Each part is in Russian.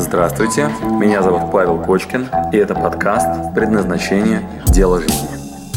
Здравствуйте, меня зовут Павел Кочкин, и это подкаст «Предназначение. Дело жизни».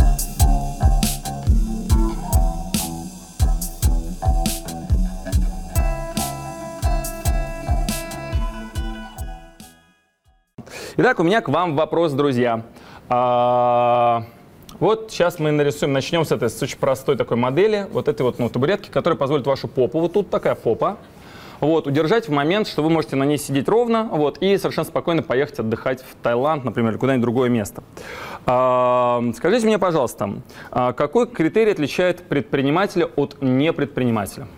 Итак, у меня к вам вопрос, друзья. Вот сейчас мы начнем с этой очень простой такой модели, вот этой вот табуретки, которая позволит вашу попу, вот тут такая попа, удержать в момент, что вы можете на ней сидеть ровно, и совершенно спокойно поехать отдыхать в Таиланд, например, или куда-нибудь другое место. Скажите мне, пожалуйста, какой критерий отличает предпринимателя от непредпринимателя?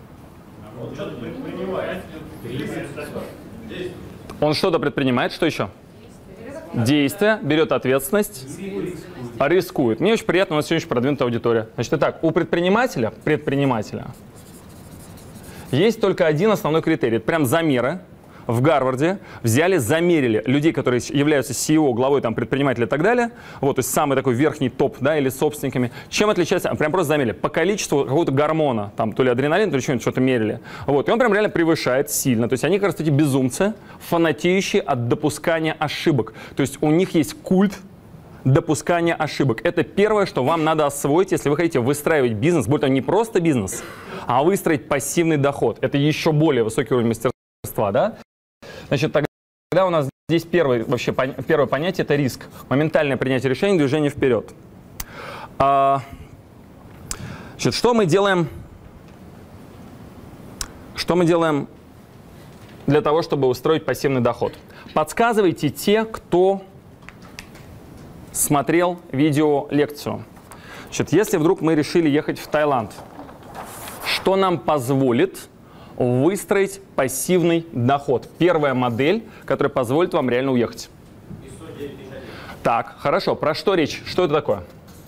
Он что-то предпринимает, что еще? Действие, берет ответственность, рискует. Мне очень приятно, у нас сегодня очень продвинутая аудитория. Значит, итак, у предпринимателя есть только один основной критерий. Это прям замеры. В Гарварде взяли, замерили людей, которые являются CEO, главой предпринимателя и так далее. То есть самый такой верхний топ, или собственниками. Чем отличается? Прям просто замерили. По количеству какого-то гормона, то ли адреналин, то ли что-то мерили. И он прям реально превышает сильно. То есть они, как раз таки, безумцы, фанатеющие от допускания ошибок. То есть у них есть культ допускания ошибок. Это первое, что вам надо освоить, если вы хотите выстраивать бизнес, будь то не просто бизнес, а выстроить пассивный доход. Это еще более высокий уровень мастерства, да? Значит, тогда у нас здесь первое понятие – это риск. Моментальное принятие решений, движение вперед. Значит, что мы делаем для того, чтобы устроить пассивный доход? Подсказывайте те, кто смотрел видеолекцию. Значит, если вдруг мы решили ехать в Таиланд, что нам позволит выстроить пассивный доход? Первая модель, которая позволит вам реально уехать. Так, хорошо. Про что речь? Что это такое?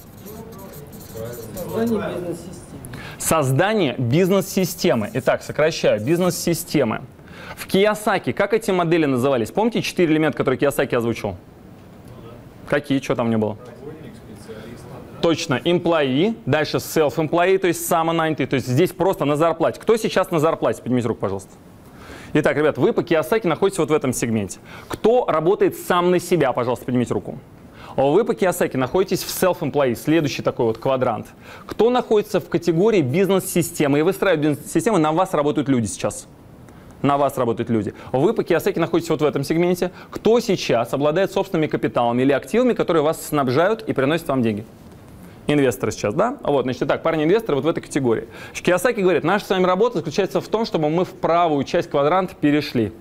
Создание бизнес-системы. Итак, сокращаю. Бизнес-системы. В Кийосаки как эти модели назывались? Помните 4 элемента, которые Кийосаки озвучил? Какие? Что там не было? Точно, employee, дальше self-employee, то есть самонанятый, то есть здесь просто на зарплате. Кто сейчас на зарплате? Поднимите руку, пожалуйста. Итак, ребят, вы по Кийосаки находитесь в этом сегменте. Кто работает сам на себя, пожалуйста, поднимите руку. Вы по Кийосаки находитесь в self-employee, следующий такой квадрант. Кто находится в категории бизнес-системы и выстраивает бизнес-системы, на вас работают люди сейчас. На вас работают люди. Вы по Кийосаки находитесь в этом сегменте. Кто сейчас обладает собственными капиталами или активами, которые вас снабжают и приносят вам деньги? Инвесторы сейчас, да? Значит, итак, парни-инвесторы в этой категории. Кийосаки говорит, наша с вами работа заключается в том, чтобы мы в правую часть квадранта перешли.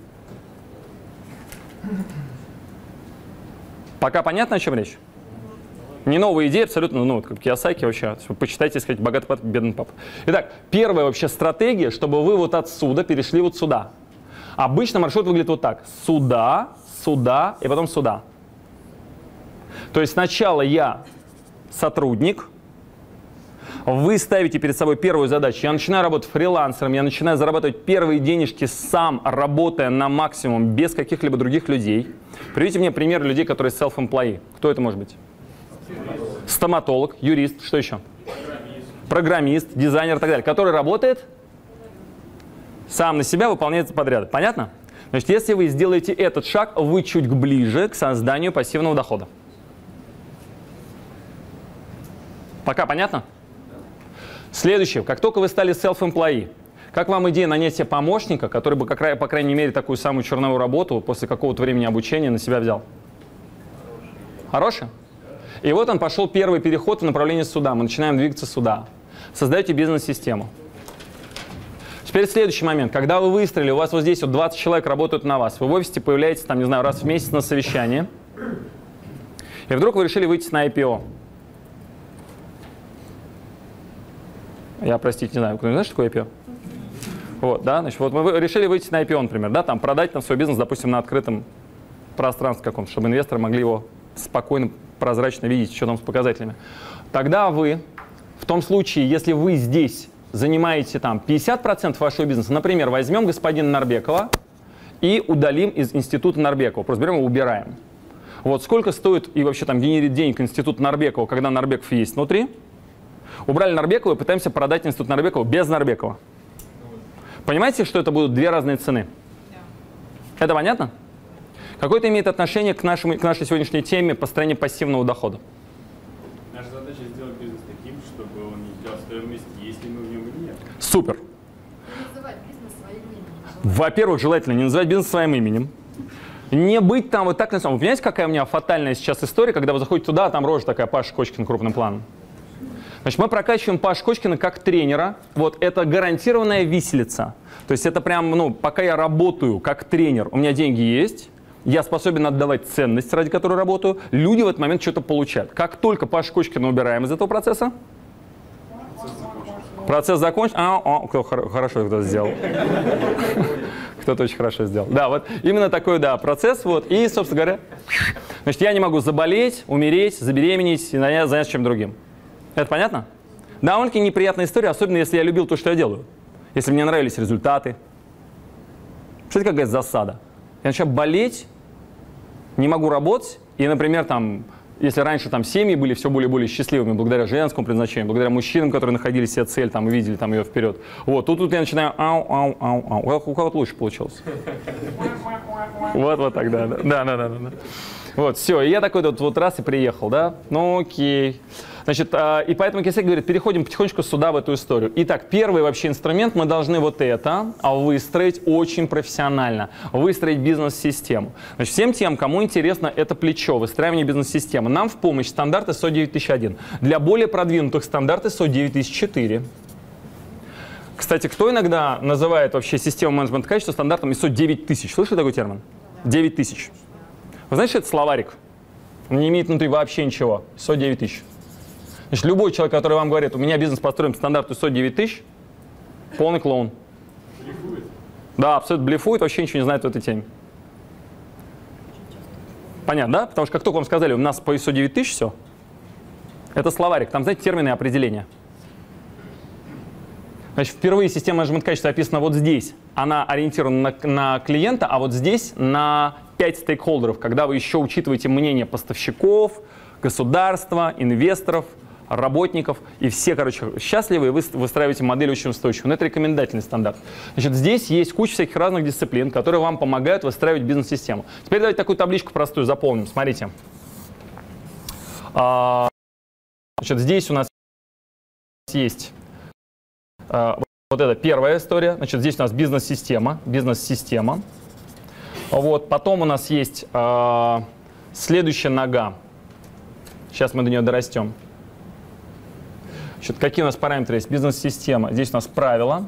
Пока понятно, о чем речь? Не новая идея, абсолютно, как Кийосаки вообще. Почитайте, сказать, «Богатый папа, бедный папа». Итак, первая вообще стратегия, чтобы вы отсюда перешли сюда. Обычно маршрут выглядит вот так. Сюда, сюда и потом сюда. То есть сначала я сотрудник, вы ставите перед собой первую задачу. Я начинаю работать фрилансером, я начинаю зарабатывать первые денежки сам, работая на максимум, без каких-либо других людей. Приведите мне пример людей, которые self-employee. Кто это может быть? Стоматолог, юрист, что еще? Программист, дизайнер и так далее. Который работает сам на себя, выполняет подряды. Понятно? Значит, если вы сделаете этот шаг, вы чуть ближе к созданию пассивного дохода. Пока понятно? Следующее. Как только вы стали self-employee, как вам идея нанять себе помощника, который бы, по крайней мере, такую самую черновую работу после какого-то времени обучения на себя взял? Хороший? И он пошел первый переход в направлении сюда. Мы начинаем двигаться сюда. Создаете бизнес-систему. Теперь следующий момент. Когда вы выстроили, у вас здесь 20 человек работают на вас. Вы в офисе появляетесь, раз в месяц на совещание. И вдруг вы решили выйти на IPO. Я, простите, не знаю, кто не знает, что такое IPO? Значит, мы решили выйти на IPO, например, продать свой бизнес, допустим, на открытом пространстве каком-то, чтобы инвесторы могли его спокойно, прозрачно видеть, что там с показателями. Тогда вы, в том случае, если вы здесь занимаете 50% вашего бизнеса, например, возьмем господина Нарбекова и удалим из института Нарбекова, просто берем и убираем. Сколько стоит и вообще генерит денег институт Нарбекова, когда Нарбеков есть внутри? Убрали Нарбекова и пытаемся продать институт Нарбекова без Нарбекова. Понимаете, что это будут две разные цены? Это понятно? Какое это имеет отношение к нашей сегодняшней теме построения пассивного дохода? Наша задача сделать бизнес таким, чтобы он не терял стоимость, если мы в нем нет. Супер. Не называть бизнес своим именем. Во-первых, желательно не называть бизнес своим именем. Не быть там вот так на самом. Вы понимаете, какая у меня фатальная сейчас история, когда вы заходите туда, а там рожа такая Паша Кочкин крупным планом. Значит, мы прокачиваем Пашу Кочкина как тренера. Вот это гарантированная виселица. То есть это прям, ну, пока я работаю как тренер, у меня деньги есть, я способен отдавать ценность, ради которой работаю, люди в этот момент что-то получают. Как только Пашу Кочкина убираем из этого процесса, процесс закончен. Кто хорошо кто сделал. Кто-то очень хорошо сделал. Да, вот именно такой, да, процесс. Вот. И, собственно говоря, значит, я не могу заболеть, умереть, забеременеть и заняться чем-то другим. Это понятно? Довольно-таки неприятная история, особенно если я любил то, что я делаю. Если мне нравились результаты. Что это какая-то засада? Я начинаю болеть, не могу работать. И, например, там, если раньше там семьи были все более и более счастливыми благодаря женскому предназначению, благодаря мужчинам, которые находили себе цель там, и видели там, ее вперед. Вот, тут я начинаю ау. У кого-то лучше получилось. Вот так, да. Вот, все, и я такой вот раз и приехал, да? Ну окей. Значит, и поэтому Кийосаки говорит, переходим потихонечку сюда, в эту историю. Итак, первый вообще инструмент, мы должны вот это выстроить очень профессионально. Выстроить бизнес-систему. Значит, всем тем, кому интересно это плечо, выстраивание бизнес-системы, нам в помощь стандарт ISO 9001. Для более продвинутых стандарт ISO 9004. Кстати, кто иногда называет вообще систему менеджмента качества стандартом ISO 9000? Слышали такой термин? 9000. Вы знаете, что это словарик? Он не имеет внутри вообще ничего. ISO 9000. Значит, любой человек, который вам говорит, у меня бизнес построен по стандарту ISO 9000, полный клоун. Блефует? Да, абсолютно блефует, вообще ничего не знает в этой теме. Понятно, да? Потому что как только вам сказали, у нас по ISO 9000 все, это словарик, там, знаете, термины и определения. Значит, впервые система менеджмента качества описана вот здесь. Она ориентирована на клиента, а вот здесь на 5 стейкхолдеров, когда вы еще учитываете мнение поставщиков, государства, инвесторов, работников, и все, короче, счастливы, и вы выстраиваете модель очень устойчивую. Но это рекомендательный стандарт. Значит, здесь есть куча всяких разных дисциплин, которые вам помогают выстраивать бизнес-систему. Теперь давайте такую табличку простую заполним. Смотрите. Значит, здесь у нас есть вот это первая история. Значит, здесь у нас бизнес-система. Вот. Потом у нас есть следующая нога. Сейчас мы до нее дорастем. Значит, какие у нас параметры есть? Бизнес-система. Здесь у нас правила,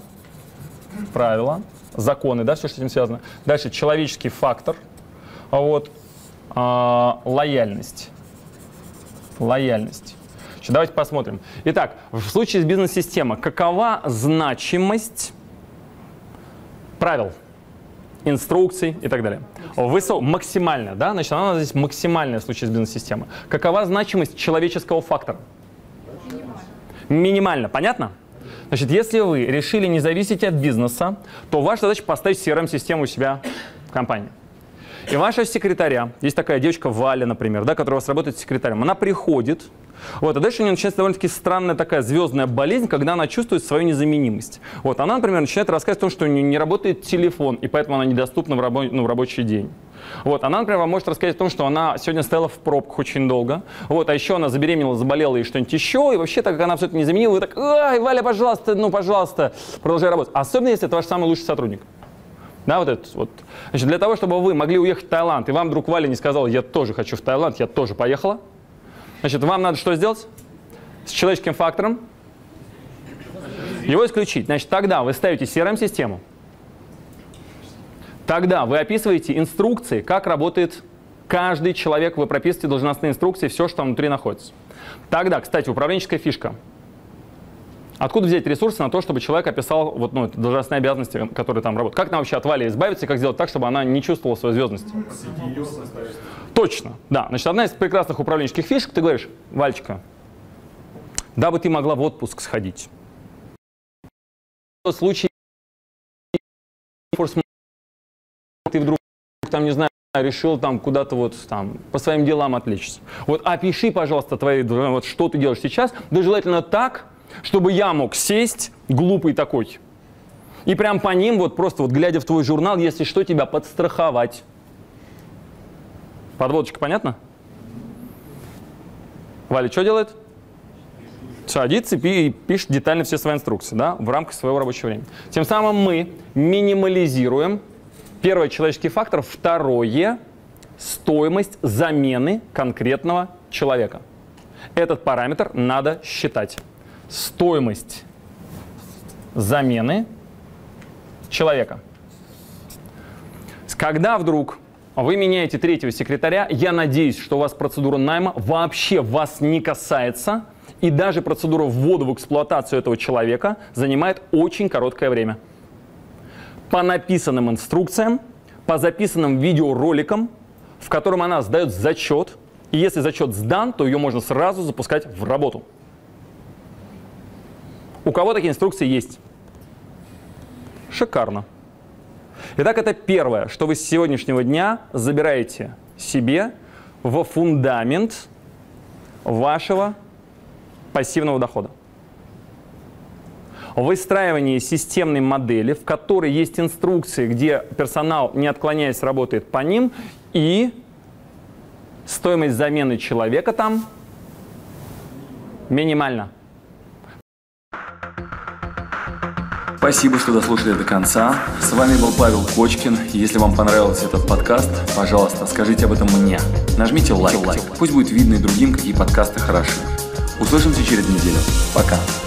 законы, да, все, что с этим связано. Дальше человеческий фактор. Вот. Лояльность. Значит, давайте посмотрим. Итак, в случае с бизнес-системой, какова значимость правил, инструкций и так далее? Максимальная, да? Значит, она у нас здесь максимальная в случае с бизнес-системой. Какова значимость человеческого фактора? Минимально. Понятно? Значит, если вы решили не зависеть от бизнеса, то ваша задача поставить CRM-систему у себя в компании. И ваша секретаря, есть такая девочка Валя, например, да, которая у вас работает секретарем, она приходит, вот, а дальше у нее начинается довольно-таки странная такая звездная болезнь, когда она чувствует свою незаменимость. Вот, она, например, начинает рассказывать о том, что у нее не работает телефон, и поэтому она недоступна в рабочий день. Вот, она, например, вам может рассказать о том, что она сегодня стояла в пробках очень долго, вот, а еще она забеременела, заболела и что-нибудь еще, и вообще, так как она абсолютно незаменима, вы так, ай, Валя, пожалуйста, продолжай работать. Особенно, если это ваш самый лучший сотрудник. Да, вот это вот. Значит, для того, чтобы вы могли уехать в Таиланд, и вам вдруг Валя не сказала, я тоже хочу в Таиланд, я тоже поехала, значит, вам надо что сделать? С человеческим фактором его исключить. Значит, тогда вы ставите CRM-систему, тогда вы описываете инструкции, как работает каждый человек, вы прописываете должностные инструкции, все, что там внутри находится. Тогда, кстати, управленческая фишка. Откуда взять ресурсы на то, чтобы человек описал вот, должностные обязанности, которые там работают? Как нам вообще от Вали избавиться и как сделать так, чтобы она не чувствовала свою звездность? Точно, да. Значит, одна из прекрасных управленческих фишек, ты говоришь, Вальчика, дабы ты могла в отпуск сходить. В случае ты вдруг там, не знаю, решил там куда-то вот там по своим делам отвлечься. Вот опиши, пожалуйста, вот что ты делаешь сейчас, да желательно так, чтобы я мог сесть, глупый такой, и прям по ним, вот просто вот глядя в твой журнал, если что, тебя подстраховать. Подводочка понятна? Валя что делает? Садится и пишет детально все свои инструкции, да, в рамках своего рабочего времени. Тем самым мы минимализируем, первое, человеческий фактор, второе, стоимость замены конкретного человека. Этот параметр надо считать. Стоимость замены человека. Когда вдруг вы меняете третьего секретаря, я надеюсь, что у вас процедура найма вообще вас не касается, и даже процедура ввода в эксплуатацию этого человека занимает очень короткое время. По написанным инструкциям, по записанным видеороликам, в котором она сдает зачет, и если зачет сдан, то ее можно сразу запускать в работу. У кого такие инструкции есть? Шикарно. Итак, это первое, что вы с сегодняшнего дня забираете себе во фундамент вашего пассивного дохода. Выстраивание системной модели, в которой есть инструкции, где персонал, не отклоняясь, работает по ним, и стоимость замены человека там минимальна. Спасибо, что дослушали до конца. С вами был Павел Кочкин. Если вам понравился этот подкаст, пожалуйста, скажите об этом мне. Нажмите лайк. Пусть будет видно и другим, какие подкасты хороши. Услышимся через неделю. Пока.